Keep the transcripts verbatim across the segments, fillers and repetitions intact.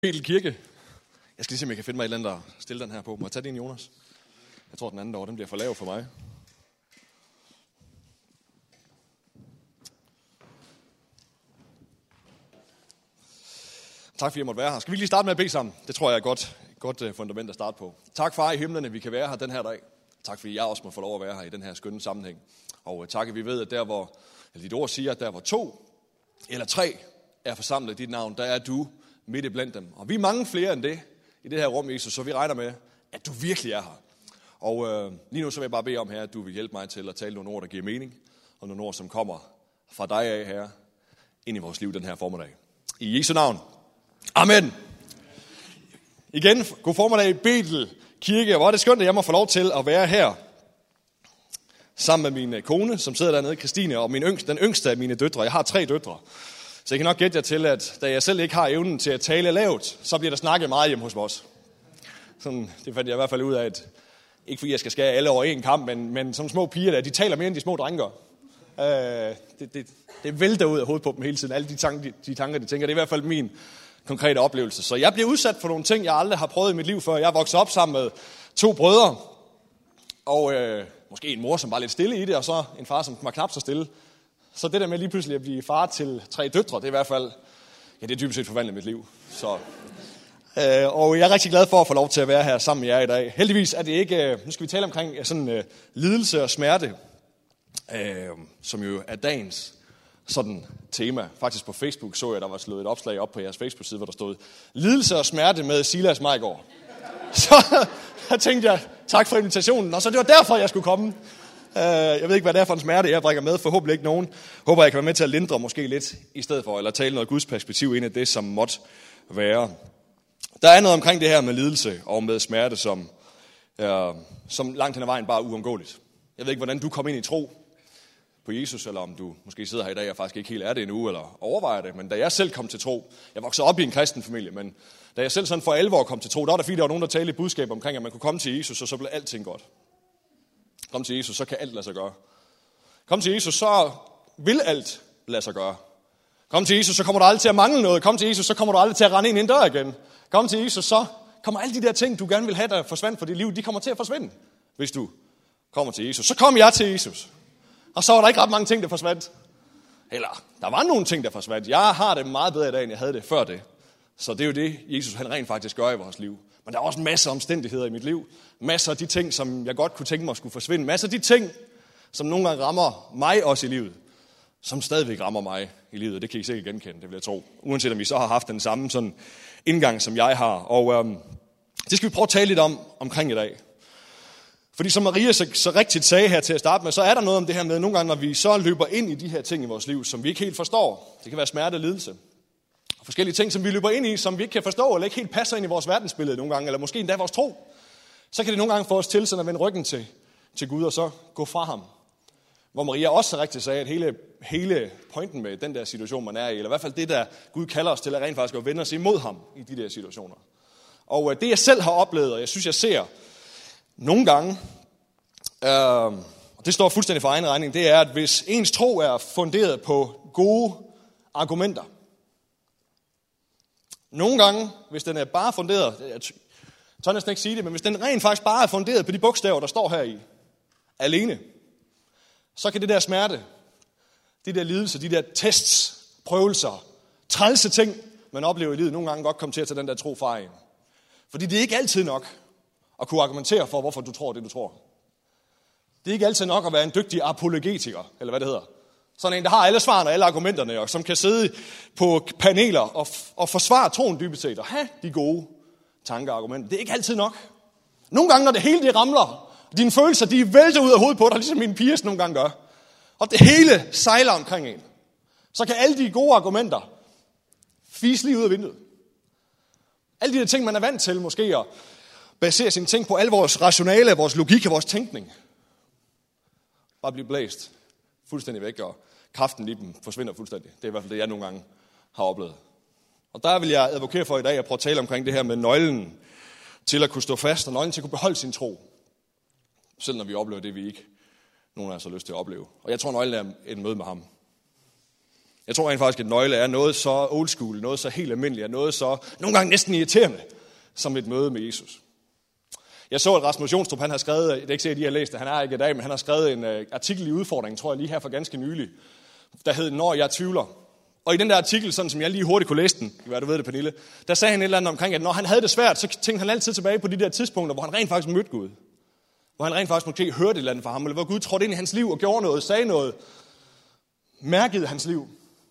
Betel Kirke. Jeg skal lige se, om jeg kan finde mig et eller andet, der stille den her på. Må jeg tage din, Jonas? Jeg tror, den anden derovre, den bliver for lav for mig. Tak fordi jeg måtte være her. Skal vi lige starte med at bede sammen? Det tror jeg er et godt, godt fundament at starte på. Tak far i himlene, vi kan være her den her dag. Tak fordi jeg også må få lov at være her i den her skønne sammenhæng. Og tak, at vi ved, at der hvor, eller dit ord siger, at der hvor to eller tre er forsamlet i dit navn, der er du midt i blandt dem. Og vi er mange flere end det i det her rum, Jesus, så vi regner med, at du virkelig er her. Og øh, lige nu så vil jeg bare bede om her, at du vil hjælpe mig til at tale nogle ord, der giver mening, og nogle ord, som kommer fra dig af her, ind i vores liv den her formiddag. I Jesu navn. Amen. Igen, god formiddag i Betel Kirke. Hvor er det skønt, at jeg må få lov til at være her sammen med min kone, som sidder dernede, Christine, og min yngste, den yngste af mine døtre. Jeg har tre døtre. Så jeg kan nok gætte jer til, at da jeg selv ikke har evnen til at tale lavt, så bliver der snakket meget hjemme hos os. Sådan, det fandt jeg i hvert fald ud af, at ikke fordi jeg skal skære alle over en kamp, men, men som små piger der, de taler mere end de små drenge gør. Øh, det, det, det vælter ud af hovedet på dem hele tiden, alle de tanker, de, de tanker, de tænker. Det er i hvert fald min konkrete oplevelse. Så jeg bliver udsat for nogle ting, jeg aldrig har prøvet i mit liv før. Jeg er vokset op sammen med to brødre, og øh, måske en mor, som var lidt stille i det, og så en far, som var knap så stille. Så det der med lige pludselig at blive far til tre døtre, det er i hvert fald, ja, det er dybest set forvandlet mit liv. Så, øh, og jeg er rigtig glad for at få lov til at være her sammen med jer i dag. Heldigvis er det ikke, øh, nu skal vi tale omkring sådan øh, lidelse og smerte, øh, som jo er dagens sådan tema. Faktisk på Facebook så jeg, der var slået et opslag op på jeres Facebook-side, hvor der stod, lidelse og smerte med Silas Majgaard. Så der tænkte jeg, tak for invitationen, og så det var derfor, jeg skulle komme. Jeg ved ikke, hvad det er for en smerte, jeg brækker med. Forhåbentlig ikke nogen. Håber, jeg kan være med til at lindre måske lidt i stedet for, eller tale noget Guds perspektiv ind i det, som måtte være. Der er noget omkring det her med lidelse og med smerte, som, øh, som langt hen ad vejen bare er uundgåeligt. Jeg ved ikke, hvordan du kom ind i tro på Jesus, eller om du måske sidder her i dag og faktisk ikke helt er det endnu, eller overvejer det. Men da jeg selv kom til tro, jeg voksede op i en kristen familie, men da jeg selv sådan for alvor kom til tro, der var der fordi, der var nogen, der talte et budskab omkring, at man kunne komme til Jesus, og så blev alting godt. Kom til Jesus, så kan alt lade sig gøre. Kom til Jesus, så vil alt lade sig gøre. Kom til Jesus, så kommer du aldrig til at mangle noget. Kom til Jesus, så kommer du aldrig til at rende ind i en dør igen. Kom til Jesus, så kommer alle de der ting, du gerne vil have, der forsvandt for dit liv, de kommer til at forsvinde, hvis du kommer til Jesus. Så kom jeg til Jesus, og så var der ikke ret mange ting, der forsvandt. Eller, der var nogle ting, der forsvandt. Jeg har det meget bedre i dag, end jeg havde det før det. Så det er jo det, Jesus han rent faktisk gør i vores liv. Men der er også en masse omstændigheder i mit liv. Masser af de ting, som jeg godt kunne tænke mig skulle forsvinde. Masser af de ting, som nogle gange rammer mig også i livet. Som stadigvæk rammer mig i livet. Det kan I sikkert genkende, det vil jeg tro. Uanset om I så har haft den samme sådan indgang, som jeg har. Og øhm, det skal vi prøve at tale lidt om omkring i dag. Fordi som Maria så, så rigtigt sagde her til at starte med, så er der noget om det her med, nogle gange når vi så løber ind i de her ting i vores liv, som vi ikke helt forstår. Det kan være smerte og lidelse. Og forskellige ting, som vi løber ind i, som vi ikke kan forstå, eller ikke helt passer ind i vores verdensbillede nogle gange, eller måske endda vores tro. Så kan det nogle gange få os til sådan at vende ryggen til, til Gud, og så gå fra ham. Hvor Maria også rigtigt sagde, at hele, hele pointen med den der situation, man er i, eller i hvert fald det, der Gud kalder os til, at rent faktisk at vende os imod ham i de der situationer. Og det jeg selv har oplevet, og jeg synes, jeg ser nogle gange, øh, og det står fuldstændig for egen regning, det er, at hvis ens tro er funderet på gode argumenter, nogle gange, hvis den er bare funderet, jeg tør næsten ikke sige det, men hvis den rent faktisk bare er funderet på de bogstaver, der står her i, alene, så kan det der smerte, de der lidelser, de der tests, prøvelser, trælse ting, man oplever i livet, nogle gange godt komme til at tage den der tro fra en. Fordi det er ikke altid nok at kunne argumentere for, hvorfor du tror det, du tror. Det er ikke altid nok at være en dygtig apologetiker, eller hvad det hedder. Sådan en, der har alle svarene og alle argumenterne, og som kan sidde på paneler og, og forsvare troen dybest set, og have de gode tanker og argumenter. Det er ikke altid nok. Nogle gange, når det hele det ramler, og dine følelser, de vælter ud af hovedet på dig, ligesom mine piger nogle gange gør, og det hele sejler omkring en, så kan alle de gode argumenter fise lige ud af vinduet. Alle de der ting, man er vant til måske, at basere sine ting på al vores rationale, vores logik og vores tænkning, bare blive blæst fuldstændig væk, og kraften i dem forsvinder fuldstændig. Det er i hvert fald det, jeg nogle gange har oplevet. Og der vil jeg advokere for i dag at prøve at tale omkring det her med nøglen til at kunne stå fast, og nøglen til at kunne beholde sin tro. Selv når vi oplever det, vi ikke nogen af os har lyst til at opleve. Og jeg tror, nøglen er et møde med ham. Jeg tror rent faktisk, at nøgle er noget så old school, noget så helt almindeligt, noget så nogle gange næsten irriterende, som et møde med Jesus. Jeg så, at Rasmus Jonstrup, han har skrevet, det er ikke sikkert, at I har læst det, han er ikke i dag, men han har skrevet en uh, artikel i Udfordringen, tror jeg lige her for ganske nylig, der hed Når jeg tvivler. Og i den der artikel, sådan som jeg lige hurtigt kunne læse den, hvad du ved det, Pernille, der sagde han et eller andet omkring, at når han havde det svært, så tænkte han altid tilbage på de der tidspunkter, hvor han rent faktisk mødte Gud. Hvor han rent faktisk måske hørte et eller andet fra ham, eller hvor Gud trådte ind i hans liv og gjorde noget, sagde noget, mærkede hans liv.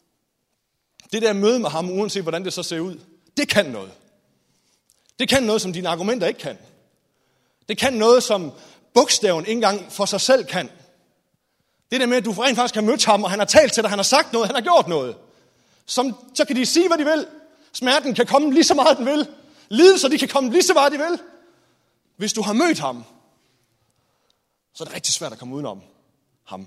Det der møde med ham, uanset hvordan det så ser ud, det kan noget. Det kan noget, som dine argumenter ikke kan. Det kan noget, som bogstaven ikke engang for sig selv kan. Det der med, at du rent faktisk har mødt ham, og han har talt til dig, han har sagt noget, han har gjort noget. Som, så kan de sige, hvad de vil. Smerten kan komme lige så meget, den vil. Lidelser, de kan komme lige så meget, de vil. Hvis du har mødt ham, så er det rigtig svært at komme udenom ham.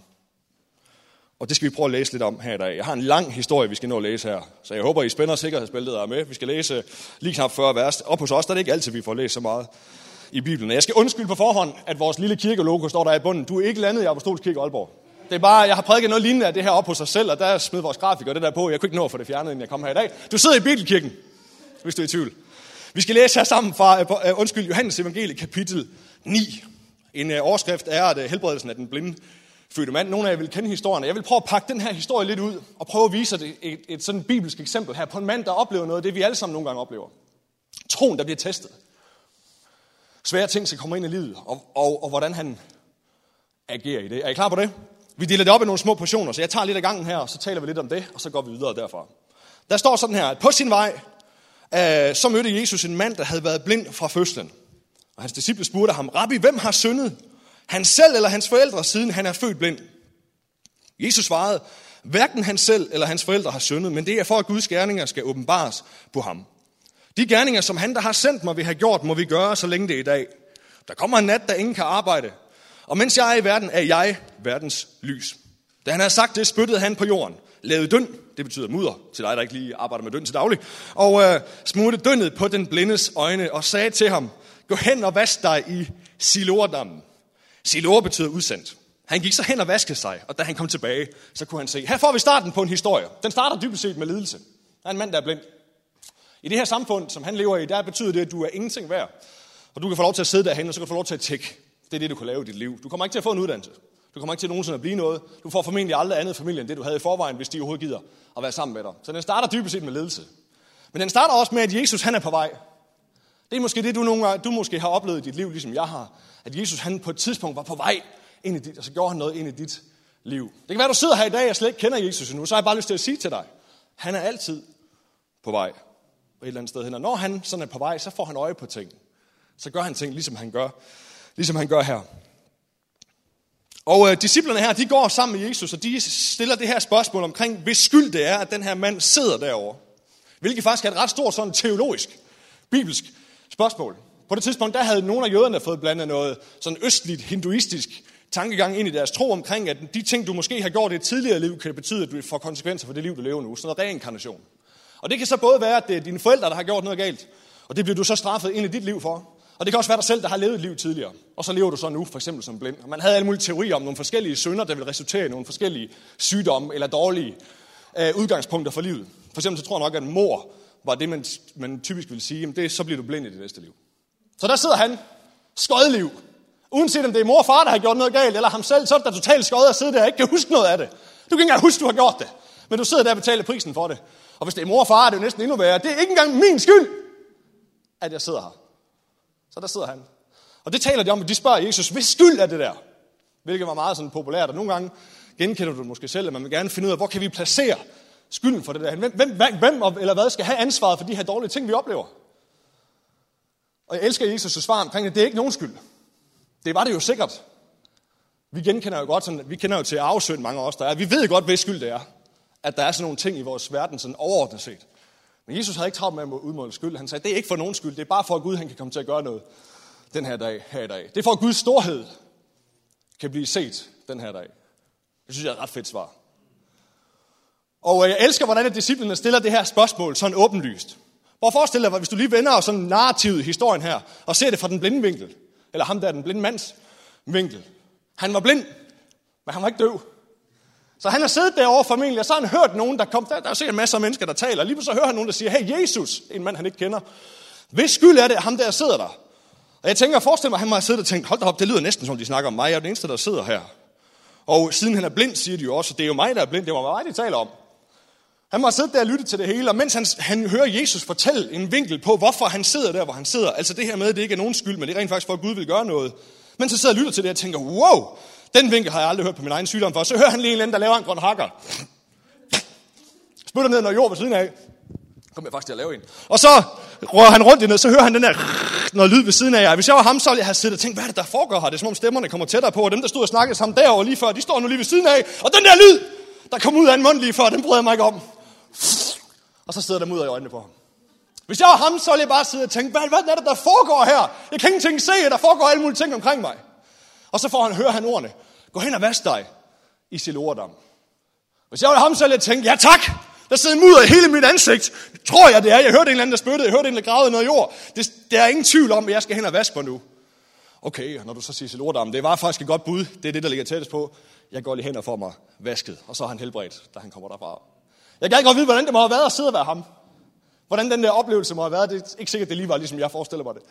Og det skal vi prøve at læse lidt om her i dag. Jeg har en lang historie, vi skal nå at læse her. Så jeg håber, I spænder sikkerhedsbæltet er med. Vi skal læse lige knap fyrre vers. Op hos os, der er det ikke altid, vi får læst så meget i Bibelen. Jeg skal undskylde på forhånd, at vores lille kirkelogo står der i bunden. Du er ikke landet i Apostolsk Kirke Aalborg. Det er bare, jeg har prædiket noget lignende af det her op hos os selv, og der smed vores grafiker det der på. Jeg kunne ikke nå at få det fjernet, inden jeg kom her i dag. Du sidder i Bibelkirken, hvis du er i tvivl. Vi skal læse her sammen fra, uh, undskyld, Johannes Evangelie, kapitel ni. En uh, overskrift er, at uh, helbredelsen af den blinde fødte mand. Nogle af jer vil kende historien. Jeg vil prøve at pakke den her historie lidt ud, og prøve at vise et, et, et sådan bibelsk eksempel her på en mand, der oplever noget af det, vi alle sammen nogle gange oplever. Troen, der bliver testet. Svære ting skal komme ind i livet, og, og, og hvordan han agerer i det. Er I klar på det? Vi deler det op i nogle små portioner, så jeg tager lidt af gangen her, og så taler vi lidt om det, og så går vi videre derfra. Der står sådan her, at på sin vej, øh, så mødte Jesus en mand, der havde været blind fra fødslen. Og hans disciple spurgte ham, Rabbi, hvem har syndet? Han selv eller hans forældre, siden han er født blind? Jesus svarede, hverken han selv eller hans forældre har syndet, men det er for, at Guds gerninger skal åbenbares på ham. De gerninger, som han, der har sendt mig, vil have gjort, må vi gøre, så længe det er i dag. Der kommer en nat, der ingen kan arbejde. Og mens jeg er i verden, er jeg verdens lys. Da han havde sagt det, spyttede han på jorden, lavede døn, det betyder mudder, til dig, der ikke lige arbejder med døn til daglig, og øh, smurte dønnet på den blindes øjne og sagde til ham, gå hen og vask dig i Siloerdammen. Siloer betyder udsendt. Han gik så hen og vaskede sig, og da han kom tilbage, så kunne han se. Her får vi starten på en historie. Den starter dybest set med lidelse. Der er en mand, der er blind. I det her samfund, som han lever i, der betyder det, at du er ingenting værd. Og du kan få lov til at sidde derhen, og så kan du få lov til at tække. Det er det, du kan lave i dit liv. Du kommer ikke til at få en uddannelse. Du kommer ikke til nogensinde at blive noget. Du får formentlig aldrig andet familie, end det, du havde i forvejen, hvis de overhovedet gider at være sammen med dig. Så den starter dybest set med ledelse. Men den starter også med, at Jesus han er på vej. Det er måske det, du, nogle, du måske har oplevet i dit liv, ligesom jeg har. At Jesus han på et tidspunkt var på vej ind i dit, og så gjorde han noget ind i dit liv. Det kan være, du sidder her i dag og slet ikke kender Jesus endnu, så har jeg bare lyst til at sige til dig, han er altid på vej et eller andet sted hen. Og når han sådan er på vej, så får han øje på ting. Så gør han ting, ligesom han gør, ligesom han gør her. Og øh, disciplerne her, de går sammen med Jesus, og de stiller det her spørgsmål omkring, hvis skyld det er, at den her mand sidder derovre. Hvilket faktisk er et ret stort sådan teologisk, bibelsk spørgsmål. På det tidspunkt, der havde nogle af jøderne fået blandet noget sådan østligt, hinduistisk tankegang ind i deres tro omkring, at de ting, du måske har gjort i et tidligere liv, kan betyde, at du får konsekvenser for det liv, du lever nu. Sådan noget reinkarnation. Og det kan så både være, at det er dine forældre, der har gjort noget galt, og det bliver du så straffet ind i dit liv for. Og det kan også være dig selv, der har levet et liv tidligere, og så lever du så nu, for eksempel som blind. Og man havde alle mulige teorier om nogle forskellige synder, der vil resultere i nogle forskellige sygdomme eller dårlige øh, udgangspunkter for livet. For eksempel så tror jeg nok, at mor var det, man, man typisk ville sige, jamen det, så bliver du blind i det næste liv. Så der sidder han, skødeliv. Uanset om det er mor og far, der har gjort noget galt, eller ham selv, så er det der totalt skød at sidde der og ikke kan huske noget af det. Du kan ikke engang huske, du har gjort det, men du sidder der og betaler prisen for det. Og hvis det er mor og far, er det jo næsten endnu værre. Det er ikke engang min skyld, at jeg sidder her. Så der sidder han. Og det taler de om, at de spørger Jesus, hvis skyld er det der? Hvilket var meget sådan populært, og nogle gange genkender du det måske selv, at man vil gerne finde ud af, hvor kan vi placere skylden for det der? Hvem, hvem, hvem eller hvad skal have ansvaret for de her dårlige ting, vi oplever? Og jeg elsker Jesus' svar omkring det. Det er ikke nogen skyld. Det var det jo sikkert. Vi genkender jo godt, sådan, vi kender jo til arvesynd, mange af os, der er. Vi ved godt, hvad skyld det er. At der er sådan nogle ting i vores verden, sådan overordnet set. Men Jesus havde ikke travlt med at udmåle skyld. Han sagde, det er ikke for nogen skyld. Det er bare for, at Gud han kan komme til at gøre noget den her dag, her i dag. Det er for, at Guds storhed kan blive set den her dag. Det synes jeg er et ret fedt svar. Og jeg elsker, hvordan disciplene stiller det her spørgsmål sådan åbenlyst. Prøv at forestille dig, hvis du lige vender sådan narrativet i historien her, og ser det fra den blinde vinkel, eller ham der, den blinde mands vinkel. Han var blind, men han var ikke døv. Så han har siddet derovre formentlig, og så har han hørt nogen, der kom. Der, der er sikkert masser af mennesker, der taler. Lige så hører han nogen, der siger, hey Jesus, en mand han ikke kender. Hvis skyld er det, ham der sidder der. Og jeg tænker, forestil mig, at han må have siddet og tænkt, hold da op, det lyder næsten som de snakker om mig. Jeg er den eneste, der sidder her. Og siden han er blind, siger de jo også, det er jo mig, der er blind. Det var mig, de taler om. Han må have siddet der og lyttet til det hele, og mens han, han hører Jesus fortælle en vinkel på, hvorfor han sidder der, hvor han sidder. Altså det her med, at det ikke er nogen skyld, men det er rent faktisk for, at Gud vil gøre noget. Mens han sidder og lytter til det, og tænker, wow, den vinkel har jeg aldrig hørt på min egen sygdom for. Så hører han lige en eller anden, der laver en grøn hakker. Spytter ned noget jord ved siden af. Kom jeg faktisk til at lave en. Og så rører han rundt i noget, så hører han den der noget lyd ved siden af. Hvis jeg var ham, så ville jeg have siddet og tænkt, hvad er det, der foregår her? Det er som om stemmerne kommer tættere på, og dem, der stod og snakkede sammen derovre lige før, de står nu lige ved siden af. Og den der lyd, der kom ud af en mund lige før, den bryder jeg mig ikke om. Og så sidder der mudder i øjnene på ham. Hvis jeg var ham, så ville jeg bare sidde og tænke, hvad, hvad er det, der foregår her? Jeg kan ingenting se, der foregår alle mulige ting omkring mig. Og så får han høre han ordene. Gå hen og vask dig i Siloam. Hvis jeg var ham, så ville jeg tænke, ja tak! Der sidder mudder i hele mit ansigt. Tror jeg, det er. Jeg hørte en eller anden, der spyttede. Jeg hørte en, der gravede noget jord. Det, der er ingen tvivl om, at jeg skal hen og vaske mig nu. Okay, og når du så siger Siloam, det var faktisk et godt bud. Det er det, der ligger tættest på. Jeg går lige hen og får mig vasket. Og så er han helbredt, da han kommer derfra. Jeg kan ikke godt vide, hvordan det må have været at sidde og være ham. Hvordan den der oplevelse må have været. Det er ikke sikkert, det lige var, ligesom jeg forestiller mig det.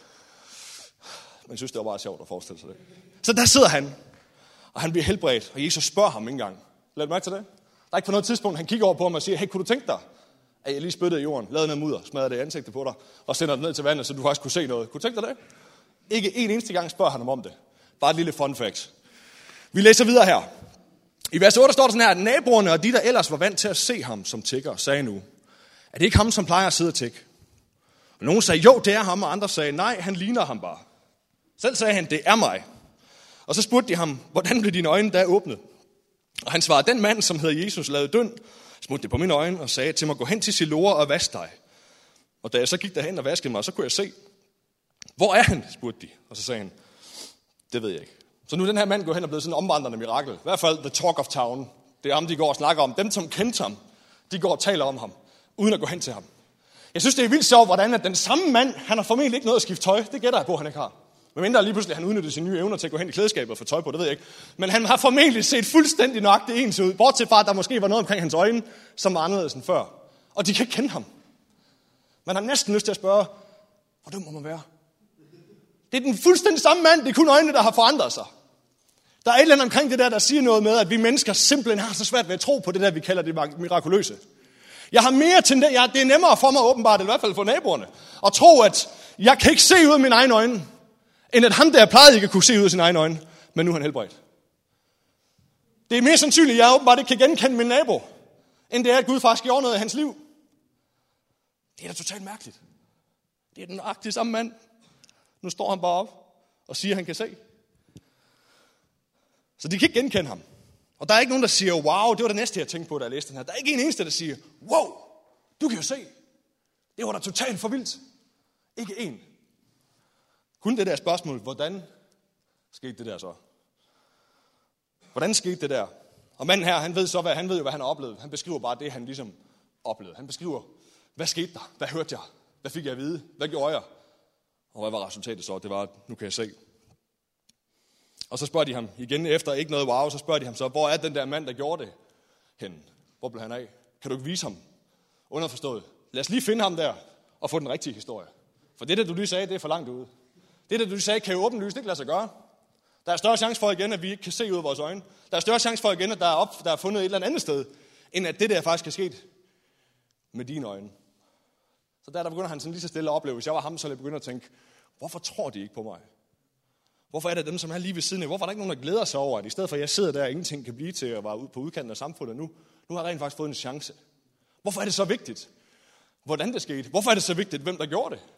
Men jeg synes, det var bare sjovt at forestille sig det. Så der sidder han, og han bliver helbredt. Og Jesus spørger ham ikke engang. Lad mærke til det. Der er ikke på noget tidspunkt, han kigger over på ham og siger, hey, kunne du tænke dig, at jeg lige spyttede i jorden, lavede noget mudder, smadrede det i ansigtet på dig, og sender det ned til vandet, så du faktisk kunne se noget. Kunne du tænke dig det? Ikke en eneste gang spørger han ham om det. Bare et lille fun fact. Vi læser videre her. I vers otte står der sådan her, at naboerne og de, der ellers var vant til at se ham som tigger, sagde nu, er det ikke ham, som plejer at sidde og tigge? Og nogen sagde, jo, det er ham, og andre sagde, nej, han ligner ham bare. Selv sagde han, det er mig. Og så spurgte de ham, hvordan blev dine øjne da åbnet? Og han svarede, den mand, som hedder Jesus, lavede døn, smurte det på mine øjne og sagde til mig, gå hen til Siloam og vask dig. Og da jeg så gik derhen og vaskede mig, så kunne jeg se, hvor er han, spurgte de. Og så sagde han, det ved jeg ikke. Så nu er den her mand gået hen og blevet sådan en omvandrende mirakel. I hvert fald the talk of town. Det er ham, de går og snakker om. Dem, som kendte ham, de går og taler om ham, uden at gå hen til ham. Jeg synes, det er vildt sjovt, hvordan at den samme mand, han har formentlig ikke noget at skifte tøj. Det gætter jeg på, han ikke har. Men mindre lige pludselig, han udnyttede sine nye evner til at gå hen i klædeskabet og få tøj på, det ved jeg ikke. Men han har formentlig set fuldstændig nøjagtigt ens ud, bortset fra, at der måske var noget omkring hans øjne, som var anderledes end før. Og de kan ikke kende ham. Man har næsten lyst til at spørge, hvor dum må man være? Det er den fuldstændig samme mand, det er kun øjnene, der har forandret sig. Der er et eller andet omkring det der, der siger noget med, at vi mennesker simpelthen har så svært ved at tro på det der, vi kalder det mirakuløse. Jeg har mere til det, det er nemmere for mig åbenbart, eller i hvert fald for naboerne, at tro, at jeg kan ikke se ud af mine egne øjne, end at ham der plejede ikke at kunne se ud af sine egne øjne, men nu er han helbredt. Det er mere sandsynligt, at jeg åbenbart ikke kan genkende min nabo, end det er, at Gud faktisk gjorde noget i hans liv. Det er da totalt mærkeligt. Det er den nøjagtige samme mand. Nu står han bare op og siger, at han kan se. Så de kan ikke genkende ham. Og der er ikke nogen, der siger, wow, det var det næste, jeg tænkte på, da jeg læste den her. Der er ikke en eneste, der siger, wow, du kan jo se. Det var da totalt for vildt. Ikke en. Kun det der spørgsmål, hvordan skete det der så? Hvordan skete det der? Og manden her, han ved så, hvad han ved jo, hvad han har oplevet. Han beskriver bare det, han ligesom oplevede. Han beskriver, hvad skete der? Hvad hørte jeg? Hvad fik jeg at vide? Hvad gjorde jeg? Og hvad var resultatet så? Det var, nu kan jeg se. Og så spørger de ham igen efter, ikke noget wow, så spørger de ham så, hvor er den der mand, der gjorde det hen? Hvor blev han af? Kan du ikke vise ham? Underforstået. Lad os lige finde ham der og få den rigtige historie. For det, der du lige sagde, det er for langt ude. Det, der du lige sagde, kan jo åbenlyst ikke lade sig gøre. Der er større chance for igen, at vi ikke kan se ud af vores øjne. Der er større chance for igen, at der er, op, der er fundet et eller andet sted, end at det der faktisk er sket med dine øjne. Så der, der begynder han sådan lige så stille at opleve, hvis jeg var ham, så ville jeg begynde at tænke, hvorfor tror de ikke på mig? Hvorfor er det dem, som er lige ved siden af? Hvorfor er der ikke nogen, der glæder sig over, at i stedet for at jeg sidder der, og ingenting kan blive til at være ude på udkanten af samfundet nu, nu har jeg rent faktisk fået en chance. Hvorfor er det så vigtigt? Hvordan det skete? Hvorfor er det så vigtigt, hvem der gjorde det?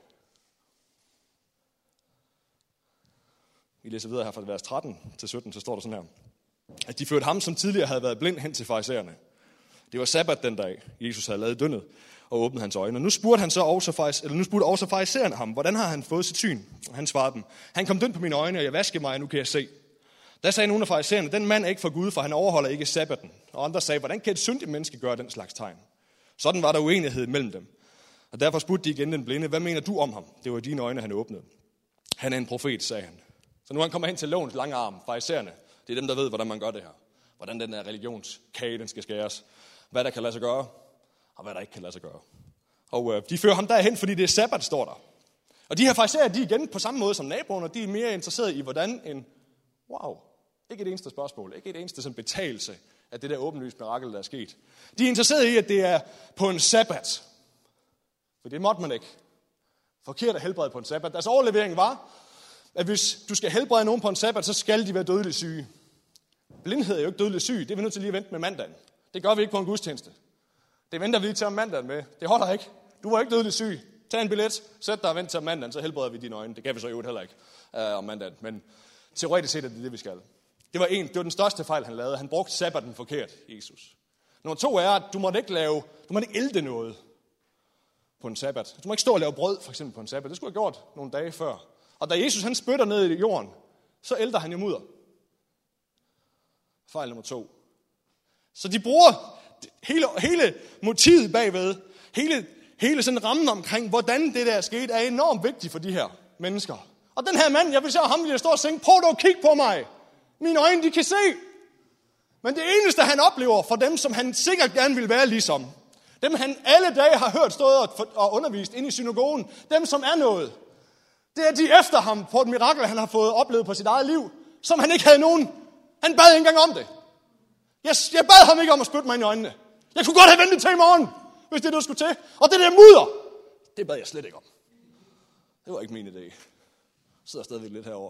Vi læser videre her fra vers tretten til sytten, så står der sådan her. At de førte ham, som tidligere havde været blind, hen til farisæerne. Det var sabbat den dag, Jesus havde lavet dønnet og åbnet hans øjne. Og nu spurgte han så også, eller nu spurgte også farisæerne ham, hvordan har han fået sit syn? Og han svarede dem, han kom dønd på mine øjne, og jeg vaskede mig, og nu kan jeg se. Der sagde nogle af farisæerne, den mand er ikke for Gud, for han overholder ikke sabbaten. Og andre sagde, hvordan kan et syndigt menneske gøre den slags tegn? Sådan var der uenighed mellem dem. Og derfor spurgte de igen den blinde, hvad mener du om ham? Det var i dine øjne, han åbnede. Han er en profet, sagde han. Så nu han kommer hen til lovens lange arm, farisæerne. Det er dem, der ved, hvordan man gør det her. hvordan den der religionskage, den skal skæres. Hvad der kan lade sig gøre, og hvad der ikke kan lade sig gøre. Og øh, de fører ham derhen, fordi det er sabbat, står der. Og de her farisæer, de igen på samme måde som naboerne, de er mere interesserede i, hvordan en, wow, ikke et eneste spørgsmål, ikke et eneste sådan betalelse af det der åbenlyst mirakel, der er sket. De er interesserede i, at det er på en sabbat. For det måtte man ikke. Forkert at helbrede på en sabbat. Deres overlevering var, at hvis du skal helbrede nogen på en sabbat, så skal de være dødeligt syge. Blindhed er jo ikke dødeligt syg. Det er vi nødt til lige at vente med mandagen. Det gør vi ikke på en gudstjeneste. Det venter vi lige til om mandagen med. Det holder ikke. Du var ikke dødeligt syg. Tag en billet, sæt dig og vent til om mandagen, så helbreder vi dine øjne. Det kan vi så jo heller ikke øh, om mandagen. Men teoretisk set er det det, vi skal. Det var, en, det var den største fejl, han lavede. Han brugte sabbaten forkert, Jesus. Nummer to er, at du måtte ikke lave, du måtte ikke ælte noget på en sabbat. Du må ikke stå og lave brød, for eksempel på en sabbat. Det skulle have gjort nogle dage før. Og da Jesus han spytter ned i jorden, så ælter han jo mudder. Fejl nummer to. Så de bruger hele, hele motivet bagved, hele, hele sådan rammen omkring, hvordan det der skete, er enormt vigtigt for de her mennesker. Og den her mand, jeg vil se ham, der står og synge, prøv dog at kigge på mig. Mine øjne, de kan se. Men det eneste, han oplever for dem, som han sikkert gerne vil være ligesom, dem han alle dage har hørt stået og undervist inde i synagogen, dem som er noget, det er de efter ham på et mirakel, han har fået oplevet på sit eget liv, som han ikke havde nogen. Han bad ikke engang om det. Jeg, jeg bad ham ikke om at spytte mig ind i øjnene. Jeg kunne godt have ventet til i morgen, hvis det er, du skulle til. Og det der mudder, det bad jeg slet ikke om. Det var ikke min idé. Jeg sidder stadigvæk lidt herovre.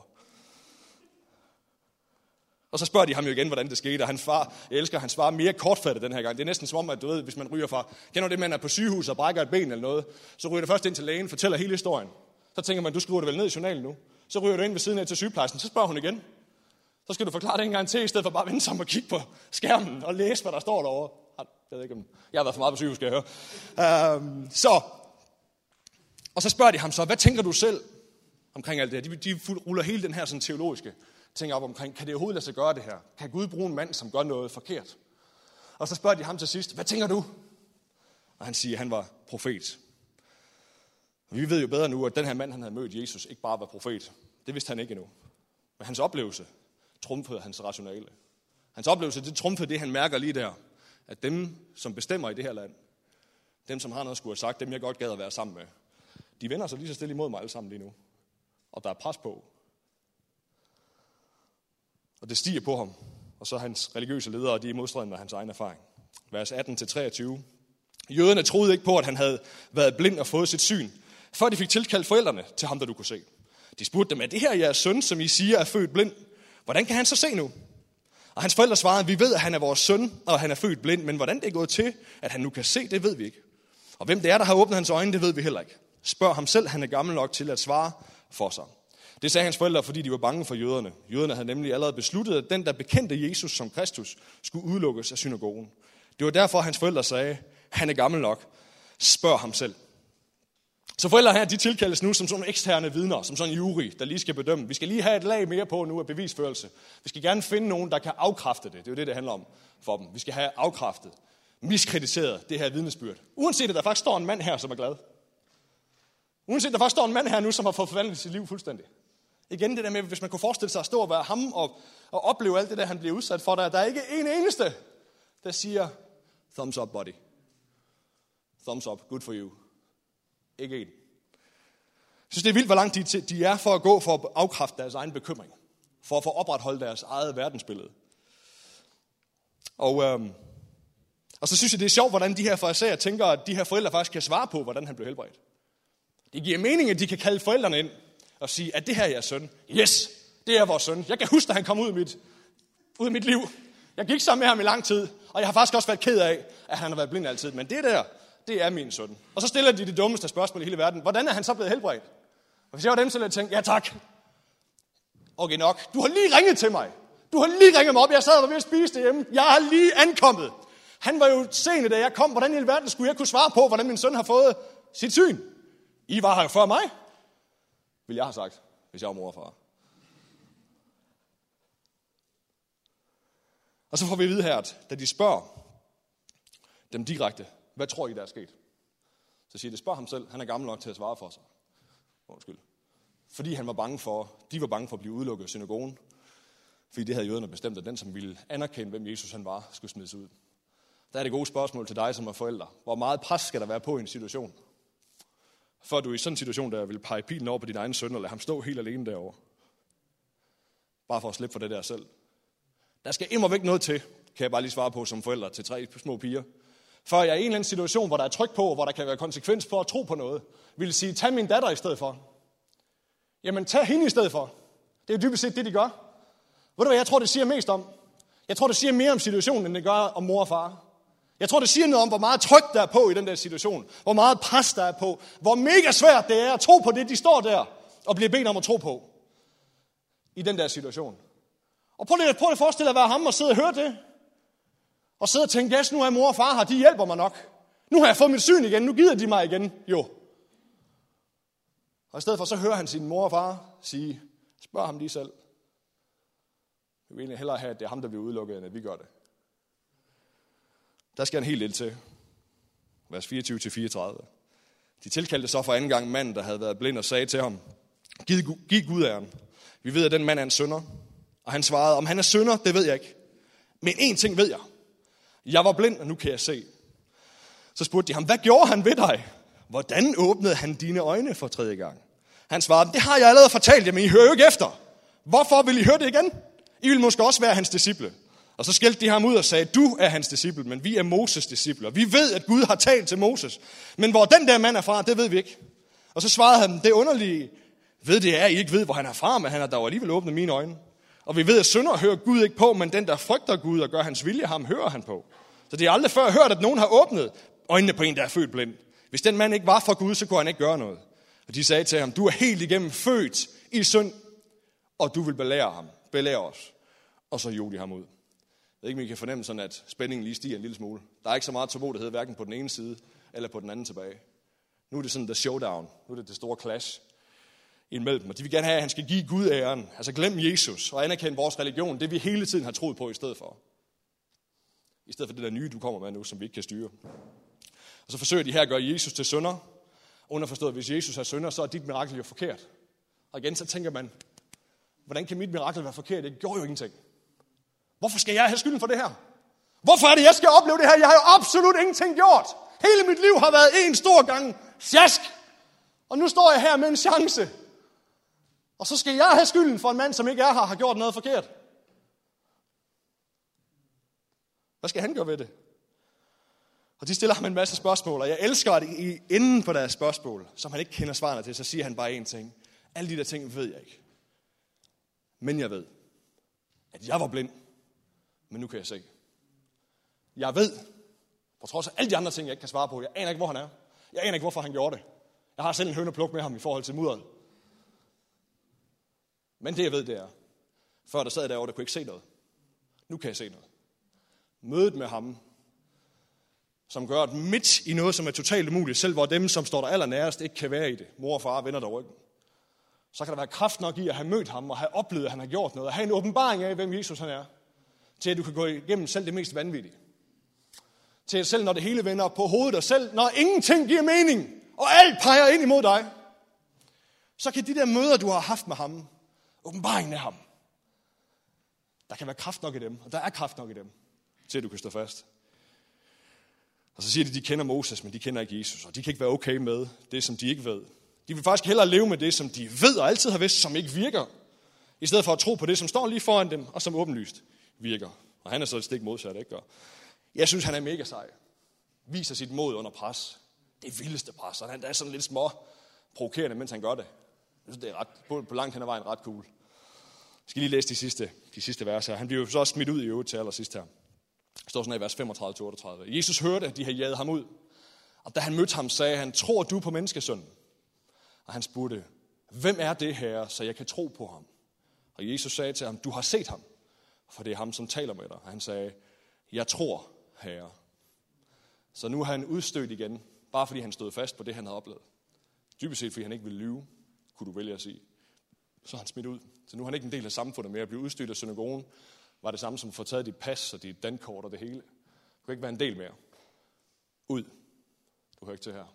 Og så spørger de ham jo igen, hvordan det skete, og han svarer, jeg elsker, han svarer mere kortfattet den her gang. Det er næsten som om, at du ved, hvis man ryger fra, kender du det, man er på sygehus og brækker et ben eller noget, så ryger du først ind til lægen, fortæller hele historien. Så tænker man, du skriver det vel ned i journalen nu. Så ryger du ind ved siden af til sygeplejersken, så spørger hun igen. Så skal du forklare det en gang til, i stedet for bare at vende sig om og kigge på skærmen og læse, hvad der står derovre. Jeg ved ikke, om jeg har været for meget på sygehus, skal jeg høre. Øhm, så, og så spørger de ham så, hvad tænker du selv omkring alt det her? De, de ruller hele den her sådan, teologiske ting op omkring, kan det overhovedet lade sig gøre det her? Kan Gud bruge en mand, som gør noget forkert? Og så spørger de ham til sidst, hvad tænker du? Og han siger, at han var profet. Og vi ved jo bedre nu, at den her mand, han havde mødt Jesus, ikke bare var profet. Det vidste han ikke endnu. Men hans oplevelse trumfede hans rationale. Hans oplevelse, det trumfede det, han mærker lige der. At dem, som bestemmer i det her land, dem, som har noget at skulle have sagt, dem jeg godt gad at være sammen med, de vender sig lige så stille imod mig alle sammen lige nu. Og der er pres på. Og det stiger på ham. Og så hans religiøse ledere, de er modstridende med hans egen erfaring. Vers atten til treogtyve. Jøderne troede ikke på, at han havde været blind og fået sit syn, før de fik tilkaldt forældrene til ham, der du kunne se. De spurgte dem, er det her jeres søn, som I siger er født blind? Hvordan kan han så se nu? Og hans forældre svarede, vi ved, at han er vores søn, og han er født blind, men hvordan det er gået til, at han nu kan se, det ved vi ikke. Og hvem det er, der har åbnet hans øjne, det ved vi heller ikke. Spørg ham selv, han er gammel nok til at svare for sig. Det sagde hans forældre, fordi de var bange for jøderne. Jøderne havde nemlig allerede besluttet, at den, der bekendte Jesus som Kristus, skulle udelukkes af synagogen. Det var derfor, hans forældre sagde, han er gammel nok. Spørg ham selv. Så forældre her, de tilkaldes nu som sådan eksterne vidner, som sådan en jury, der lige skal bedømme. Vi skal lige have et lag mere på nu af bevisførelse. Vi skal gerne finde nogen, der kan afkræfte det. Det er jo det, det handler om for dem. Vi skal have afkræftet, miskrediteret det her vidnesbyrd. Uanset at der faktisk står en mand her, som er glad. Uanset at der faktisk står en mand her nu, som har fået forvandlet sit liv fuldstændig. Igen det der med, hvis man kunne forestille sig at stå og være ham og, og opleve alt det der, han bliver udsat for. Der, der er ikke en eneste, der siger, thumbs up buddy. Thumbs up, good for you. Ikke en. Jeg synes, det er vildt, hvor langt de, de er for at gå for at afkræfte deres egen bekymring. For at få opretholdt deres eget verdensbillede. Og, øhm, og så synes jeg, det er sjovt, hvordan de her farisæer tænker, at de her forældre faktisk kan svare på, hvordan han blev helbredt. Det giver mening, at de kan kalde forældrene ind og sige, at det her er jeres søn. Yes, det er vores søn. Jeg kan huske, at han kom ud af mit, ud af mit liv. Jeg gik sammen med ham i lang tid, og jeg har faktisk også været ked af, at han har været blind altid. Men det der, det er min søn. Og så stiller de det dummeste spørgsmål i hele verden. Hvordan er han så blevet helbredt? Og hvis jeg var dem, så ville jeg tænke, ja tak. Okay nok, du har lige ringet til mig. Du har lige ringet mig op, jeg sad og var ved at spise derhjemme. Jeg har lige ankommet. Han var jo sene, da jeg kom. Hvordan i hele verden skulle jeg kunne svare på, hvordan min søn har fået sit syn? I var her før mig, vil jeg have sagt, hvis jeg var mor og far. Og så får vi at vide her, at da de spørger dem direkte, hvad tror I, der er sket? Så siger de, spørg ham selv, han er gammel nok til at svare for sig. Undskyld. Fordi han var bange for, de var bange for at blive udelukket af synagogen. Fordi det havde jøderne bestemt, at den, som ville anerkende, hvem Jesus han var, skulle smides ud. Der er det gode spørgsmål til dig, som er forældre. Hvor meget pres skal der være på i en situation? For at du i sådan en situation, der vil pege pilen over på din egen søn, og lade ham stå helt alene derovre. Bare for at slippe for det der selv. Der skal immer væk noget til, kan jeg bare lige svare på som forældre til tre små piger. For jeg er i en eller anden situation, hvor der er tryk på, hvor der kan være konsekvens på at tro på noget, vil sige, tag min datter i stedet for. Jamen, tag hende i stedet for. Det er jo dybest set det, de gør. Ved du hvad, jeg tror, det siger mest om? Jeg tror, det siger mere om situationen, end det gør om mor og far. Jeg tror, det siger noget om, hvor meget tryk der er på i den der situation. Hvor meget pres der er på. Hvor mega svært det er at tro på det, de står der og bliver bedt om at tro på. I den der situation. Og prøv lige, prøv lige at forestille dig at være ham og sidde og høre det. Og sidde og tænke, yes, nu er mor og far her, de hjælper mig nok. Nu har jeg fået mit syn igen, nu gider de mig igen. Jo. Og i stedet for, så hører han sin mor og far sige, spørg ham lige selv. Vi vil egentlig hellere have, at det er ham, der bliver udelukket, end at vi gør det. Der skal en helt del til. Vers fireogtyve til fireogtredive. De tilkaldte så for anden gang manden, der havde været blind, og sagde til ham, giv Gud æren. Vi ved, at den mand er en synder. Og han svarede, om han er synder, det ved jeg ikke. Men én ting ved jeg. Jeg var blind, og nu kan jeg se. Så spurgte de ham, hvad gjorde han ved dig? Hvordan åbnede han dine øjne for tredje gang? Han svarede, det har jeg allerede fortalt jer, men I hører jo ikke efter. Hvorfor vil I høre det igen? I vil måske også være hans disciple. Og så skældte de ham ud og sagde, du er hans disciple, men vi er Moses discipler. Vi ved, at Gud har talt til Moses. Men hvor den der mand er fra, det ved vi ikke. Og så svarede han, det underlige ved det er, at I ikke ved, hvor han er fra, men han har dog alligevel åbnet mine øjne. Og vi ved, at synder hører Gud ikke på, men den, der frygter Gud og gør hans vilje, ham hører han på. Så det er aldrig før hørt, at nogen har åbnet øjnene på en, der er født blind. Hvis den mand ikke var fra Gud, så kunne han ikke gøre noget. Og de sagde til ham, du er helt igennem født i synd, og du vil belære ham, belære os. Og så jog de ham ud. Jeg ved ikke, om I kan fornemme sådan, at spændingen lige stiger en lille smule. Der er ikke så meget tålmodighed, hverken på den ene side, eller på den anden tilbage. Nu er det sådan the showdown. Nu er det det store clash imellem dem. Og de vil gerne have, at han skal give Gud æren. Altså glem Jesus og anerkende vores religion. Det vi hele tiden har troet på i stedet for. I stedet for det der nye, du kommer med nu, som vi ikke kan styre. Og så forsøger de her at gøre Jesus til synder. Underforstået, at hvis Jesus er synder, så er dit mirakel jo forkert. Og igen, så tænker man, hvordan kan mit mirakel være forkert? Det gjorde jo ingenting. Hvorfor skal jeg have skylden for det her? Hvorfor er det, jeg skal opleve det her? Jeg har jo absolut ingenting gjort. Hele mit liv har været en stor gang sjask. Og nu står jeg her med en chance. Og så skal jeg have skylden for en mand, som ikke er her, har gjort noget forkert. Hvad skal han gøre ved det? Og de stiller ham en masse spørgsmål, og jeg elsker, at i enden på deres spørgsmål, som han ikke kender svarene til, så siger han bare én ting. Alle de der ting ved jeg ikke. Men jeg ved, at jeg var blind, men nu kan jeg se. Jeg ved, på trods af alle de andre ting, jeg ikke kan svare på, jeg aner ikke, hvor han er. Jeg aner ikke, hvorfor han gjorde det. Jeg har selv en høne at plukke med ham i forhold til mudderet. Men det jeg ved, det er, før der sad derovre, der kunne ikke se noget. Nu kan jeg se noget. Mødet med ham, som gør det midt i noget, som er totalt umuligt, selv hvor dem, som står der allernærest, ikke kan være i det. Mor og far vender der ryggen. Så kan der være kraft nok i at have mødt ham og have oplevet, at han har gjort noget, og have en åbenbaring af, hvem Jesus han er, til at du kan gå igennem selv det mest vanvittige. Til at selv når det hele vender på hovedet, og selv når ingenting giver mening, og alt peger ind imod dig, så kan de der møder, du har haft med ham, åbenbaringen af ham, der kan være kraft nok i dem, og der er kraft nok i dem, til at du kan stå fast. Og så siger de, at de kender Moses, men de kender ikke Jesus, og de kan ikke være okay med det, som de ikke ved. De vil faktisk hellere leve med det, som de ved og altid har vidst, som ikke virker, i stedet for at tro på det, som står lige foran dem, og som åbenlyst virker. Og han er så et stik modsat, ikke? Og jeg synes, han er mega sej. Viser sit mod under pres. Det vildeste pres, og han er sådan lidt små provokerende, mens han gør det. Jeg synes, det er ret, på, på langt hen ad vejen ret cool. Jeg skal lige læse de sidste, de sidste vers her. Han bliver jo så også smidt ud i øvrigt til allersidst her. Det står sådan i vers femogtredive til otteogtredive. Jesus hørte, at de havde jaget ham ud. Og da han mødte ham, sagde han, tror du på menneskesønnen? Og han spurgte, hvem er det her, så jeg kan tro på ham? Og Jesus sagde til ham, du har set ham, for det er ham, som taler med dig. Og han sagde, jeg tror, herre. Så nu er han udstødt igen, bare fordi han stod fast på det, han havde oplevet. Dybest set, fordi han ikke ville lyve, kunne du vælge at sige. Så er han smidt ud. Så nu er han ikke en del af samfundet mere. At blive udstødt af synagogen var det samme som at få taget dit pas og dit dankort og det hele. Du kan ikke være en del mere. Ud. Du hører ikke til her.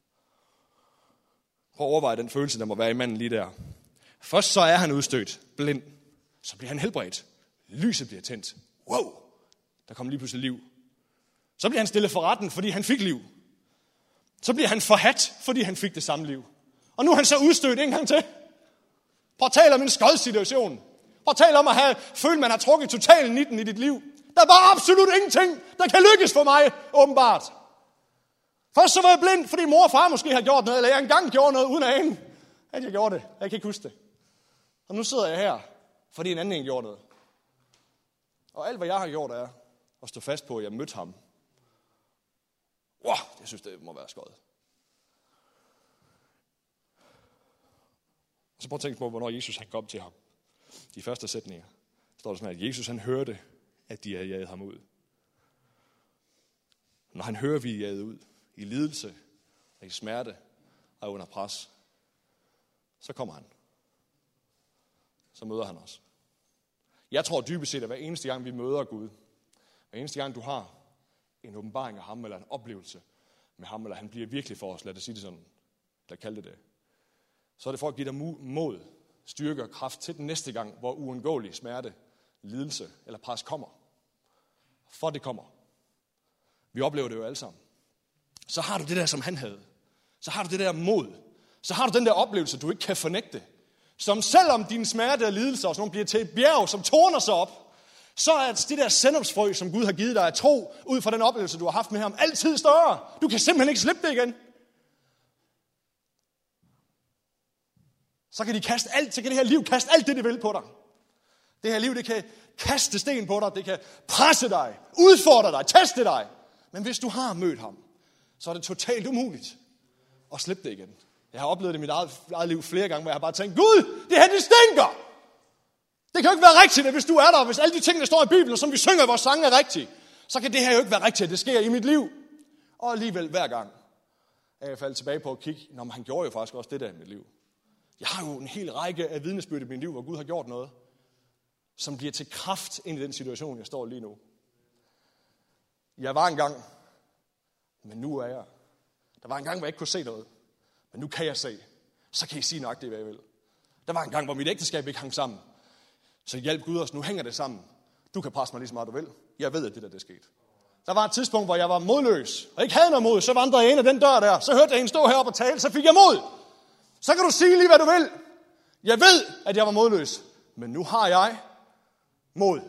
Prøv at overveje den følelse, der må være i manden lige der. Først så er han udstødt, blind. Så bliver han helbredt. Lyset bliver tændt. Wow! Der kommer lige pludselig liv. Så bliver han stillet for retten, fordi han fik liv. Så bliver han forhadt, fordi han fik det samme liv. Og nu er han så udstødt en gang til. Prøv at tale om en skodsituation. Prøv at tale om at have følt, man har trukket totalt nitten i dit liv. Der er bare absolut ingenting, der kan lykkes for mig, åbenbart. Først så var jeg blind, fordi mor og far måske har gjort noget, eller jeg engang gjorde noget uden at ane, at jeg gjorde det. Jeg kan ikke huske det. Og nu sidder jeg her, fordi en anden en gjorde noget. Og alt, hvad jeg har gjort, er at stå fast på, at jeg mødte ham. Wow, jeg synes, det må være skødt. Og så prøv at tænke på, hvornår Jesus han kom til ham. De første sætninger står der sådan, at Jesus han hørte, at de havde jaget ham ud. Når han hører, vi er jaget ud i lidelse, og i smerte og under pres, så kommer han. Så møder han os. Jeg tror dybest set, at hver eneste gang vi møder Gud, hver eneste gang du har en åbenbaring af ham, eller en oplevelse med ham, eller han bliver virkelig for os, lad det sige det sådan, eller kalde det det, så er det for at give dig mod, styrke og kraft til den næste gang, hvor uundgåelig smerte, lidelse eller pres kommer. For det kommer. Vi oplever det jo alle sammen. Så har du det der, som han havde. Så har du det der mod. Så har du den der oplevelse, du ikke kan fornægte. Som selvom din smerte og lidelse og sådan noget bliver til et bjerg, som tårner sig op, så er det der sennepsfrø, som Gud har givet dig at tro, ud fra den oplevelse, du har haft med ham, altid større. Du kan simpelthen ikke slippe det igen. Så kan de kaste alt, så kan det her liv kaste alt det, det vil på dig. Det her liv, det kan kaste sten på dig, det kan presse dig, udfordre dig, teste dig. Men hvis du har mødt ham, så er det totalt umuligt at slippe det igen. Jeg har oplevet det i mit eget, eget liv flere gange, hvor jeg har bare tænkt, Gud, det her, det stinker! Det kan jo ikke være rigtigt, at hvis du er der, hvis alle de ting, der står i Bibelen, og som vi synger i vores sange, er rigtige, så kan det her jo ikke være rigtigt, at det sker i mit liv. Og alligevel hver gang er jeg faldet tilbage på at kigge, når han gjorde jo faktisk også det der i mit liv. Jeg har jo en hel række af vidnesbyrd i mit liv, hvor Gud har gjort noget, som bliver til kraft ind i den situation, jeg står lige nu. Jeg var engang, men nu er jeg. Der var en gang, hvor jeg ikke kunne se noget, men nu kan jeg se. Så kan I sige nøjagtigt, hvad jeg vil. Der var en gang, hvor mit ægteskab ikke hang sammen. Så hjælp Gud os, nu hænger det sammen. Du kan presse mig lige så meget du vil. Jeg ved, at det der det er sket. Der var et tidspunkt, hvor jeg var modløs, og ikke havde noget mod. Så vandrede jeg ind ad den dør der, så hørte jeg hende stå heroppe og tale, så fik jeg mod. Så kan du sige lige, hvad du vil. Jeg ved, at jeg var modløs, men nu har jeg mod.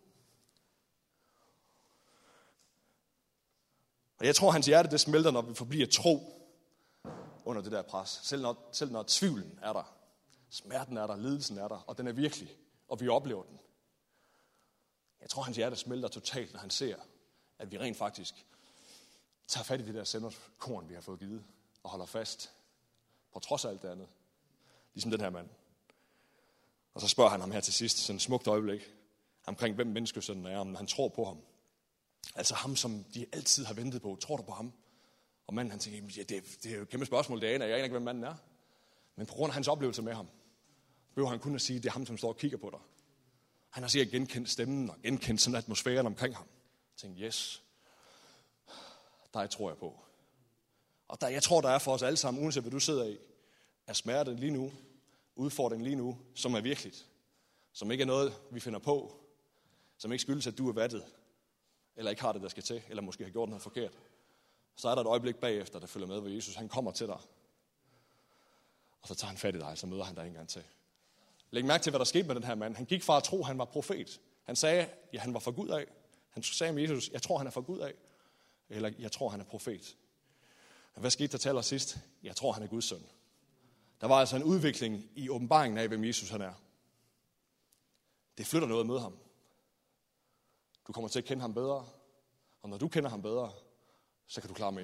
Og jeg tror, hans hjerte det smelter, når vi forbliver tro under det der pres. Selv når, selv når tvivlen er der. Smerten er der, lidelsen er der, og den er virkelig. Og vi oplever den. Jeg tror, hans hjerte smelter totalt, når han ser, at vi rent faktisk tager fat i det der senderskorn, vi har fået givet, og holder fast på trods af alt det andet. Ligesom den her mand. Og så spørger han ham her til sidst, sådan et smukt øjeblik, omkring hvem menneskesønnen er, om han tror på ham. Altså ham, som de altid har ventet på. Tror du på ham? Og manden han tænker, ja, det, det er jo et kæmpe spørgsmål, det aner jeg aner ikke, hvem manden er. Men på grund af hans oplevelse med ham, behøver han kun at sige, at det er ham, som står og kigger på dig. Han har sikkert genkendt stemmen og genkendt sådan atmosfæren omkring ham. Jeg tænkte, yes, der tror jeg på. Og der, jeg tror, der er for os alle sammen, uanset hvad du sidder i, er smerte lige nu, udfordring lige nu, som er virkeligt. Som ikke er noget, vi finder på. Som ikke skyldes, at du er vattet. Eller ikke har det, der skal til. Eller måske har gjort noget forkert. Så er der et øjeblik bagefter, der følger med, hvor Jesus han kommer til dig. Og så tager han fat i dig, så møder han dig en gang til. Læg mærke til, hvad der skete med den her mand. Han gik fra at tro, at han var profet. Han sagde, ja, han var fra Gud af. Han sagde med Jesus, jeg tror, han er fra Gud af. Eller jeg tror, han er profet. Hvad skete der til allersidst? Jeg tror, han er Guds søn. Der var altså en udvikling i åbenbaringen af, hvem Jesus han er. Det flytter noget at møde ham. Du kommer til at kende ham bedre. Og når du kender ham bedre, så kan du klare mere.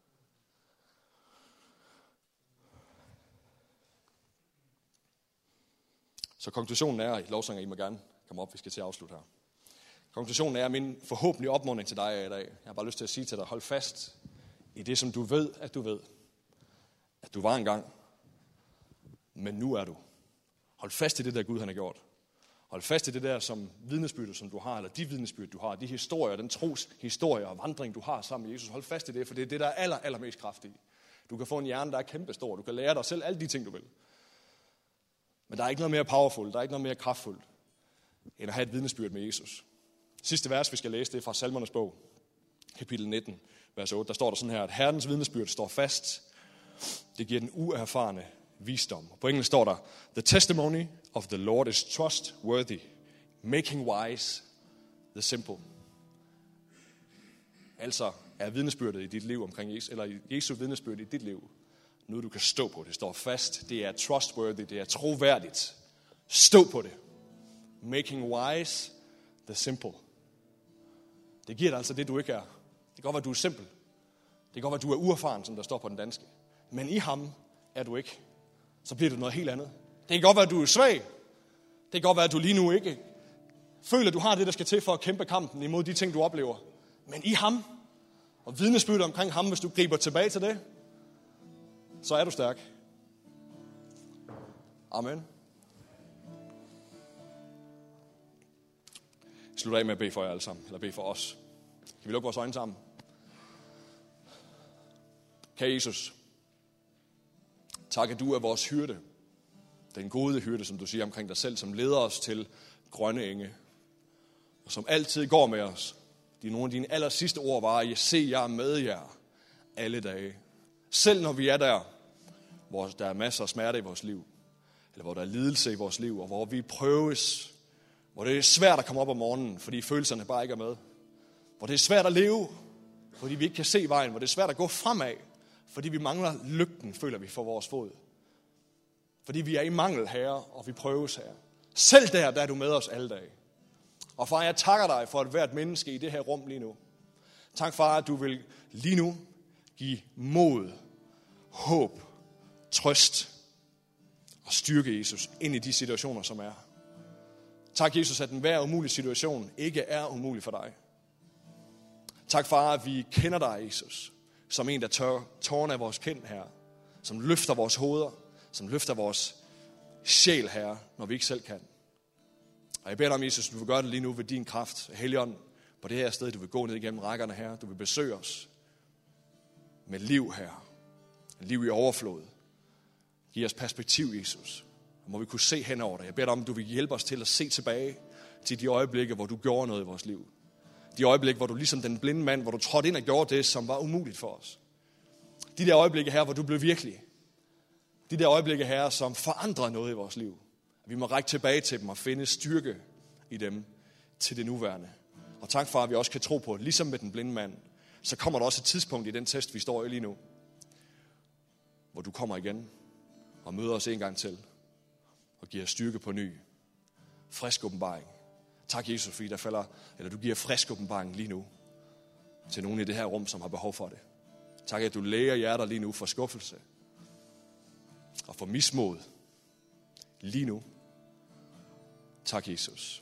Så konklusionen er, i lovsanger, I må gerne komme op, vi skal til at afslutte her. Konklusionen er min forhåbentlige opmuntring til dig i dag. Jeg har bare lyst til at sige til dig, hold fast i det, som du ved, at du ved. At du var engang, men nu er du. Hold fast i det der Gud han har gjort. Hold fast i det der som vidnesbyrd, som du har, eller de vidnesbyrd, du har, de historier, den tros historie og vandring, du har sammen med Jesus. Hold fast i det, for det er det, der er aller, allermest kraft i. Du kan få en hjerne, der er kæmpestor. Du kan lære dig selv alle de ting, du vil. Men der er ikke noget mere powerful, der er ikke noget mere kraftfuldt, end at have et vidnesbyrd med Jesus. Sidste vers, vi skal læse, det er fra Salmernes bog, kapitel nitten, vers otte. Der står der sådan her, at Herrens vidnesbyrd står fast. Det giver den uerfarne visdom. På engelsk står der, the testimony of the Lord is trustworthy, making wise the simple. Altså er vidnesbyrdet i dit liv omkring Jesus, eller Jesu vidnesbyrd i dit liv, noget du kan stå på. Det står fast, det er trustworthy, det er troværdigt. Stå på det. Making wise the simple. Det giver dig altså det, du ikke er. Det kan godt være, at du er simpel. Det kan godt være, at du er uerfaren, som der står på den danske. Men i ham er du ikke. Så bliver du noget helt andet. Det kan godt være, at du er svag. Det kan godt være, at du lige nu ikke føler, at du har det, der skal til for at kæmpe kampen imod de ting, du oplever. Men i ham, og vidnesbyrdet omkring ham, hvis du griber tilbage til det, så er du stærk. Amen. Jeg slutter af med at bede for jer alle sammen, eller bede for os. Kan vi lukke vores øjne sammen? Kære Jesus, tak at du er vores hyrde. Den gode hyrde, som du siger omkring dig selv, som leder os til grønne enge. Og som altid går med os. De nogle af dine aller sidste ord var, at se jer med jer alle dage. Selv når vi er der, hvor der er masser af smerte i vores liv. Eller hvor der er lidelse i vores liv, og hvor vi prøves. Hvor det er svært at komme op om morgenen, fordi følelserne bare ikke er med. Hvor det er svært at leve, fordi vi ikke kan se vejen. Hvor det er svært at gå fremad, fordi vi mangler lygten, føler vi, for vores fod. Fordi vi er i mangel, Herre, og vi prøves, Herre. Selv der, der er du med os alle dage. Og far, jeg takker dig for et hvert menneske i det her rum lige nu. Tak, far, at du vil lige nu give mod, håb, trøst og styrke, Jesus, ind i de situationer, som er. Tak, Jesus, at enhver umulig situation ikke er umulig for dig. Tak, far, at vi kender dig, Jesus, som en, der tør tårne af vores kind, Herre. Som løfter vores hoveder, som løfter vores sjæl, Herre, når vi ikke selv kan. Og jeg beder dig om, Jesus, du vil gøre det lige nu ved din kraft. Helligånd, på det her sted, du vil gå ned igennem rækkerne, Herre. Du vil besøge os med liv, Herre. Liv i overflod. Giv os perspektiv, Jesus. Og må vi kunne se henover dig. Jeg beder dig om, du vil hjælpe os til at se tilbage til de øjeblikke, hvor du gjorde noget i vores liv. De øjeblikke, hvor du ligesom den blinde mand, hvor du trådte ind og gjorde det, som var umuligt for os. De der øjeblikke, Herre, hvor du blev virkelig. De der øjeblikke, Herre, som forandrede noget i vores liv. Vi må række tilbage til dem og finde styrke i dem til det nuværende. Og tak for, at vi også kan tro på, at ligesom med den blinde mand, så kommer der også et tidspunkt i den test, vi står i lige nu, hvor du kommer igen og møder os en gang til og giver styrke på ny. Frisk åbenbaring. Tak, Jesus, fordi der falder, eller du giver frisk åbenbaring lige nu til nogen i det her rum, som har behov for det. Tak, at du læger hjerter lige nu for skuffelse og for mismod lige nu. Tak, Jesus.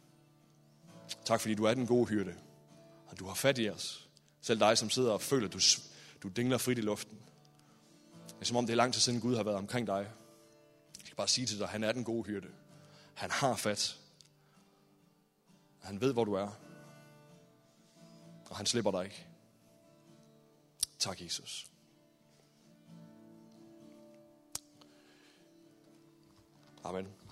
Tak, fordi du er den gode hyrde, og du har fat i os. Selv dig, som sidder og føler, at du, du dingler frit i luften. Det er som om, det er lang tid siden Gud har været omkring dig. Jeg kan bare sige til dig, at han er den gode hyrde. Han har fat. Han ved, hvor du er. Og han slipper dig ikke. Tak, Jesus. Amen.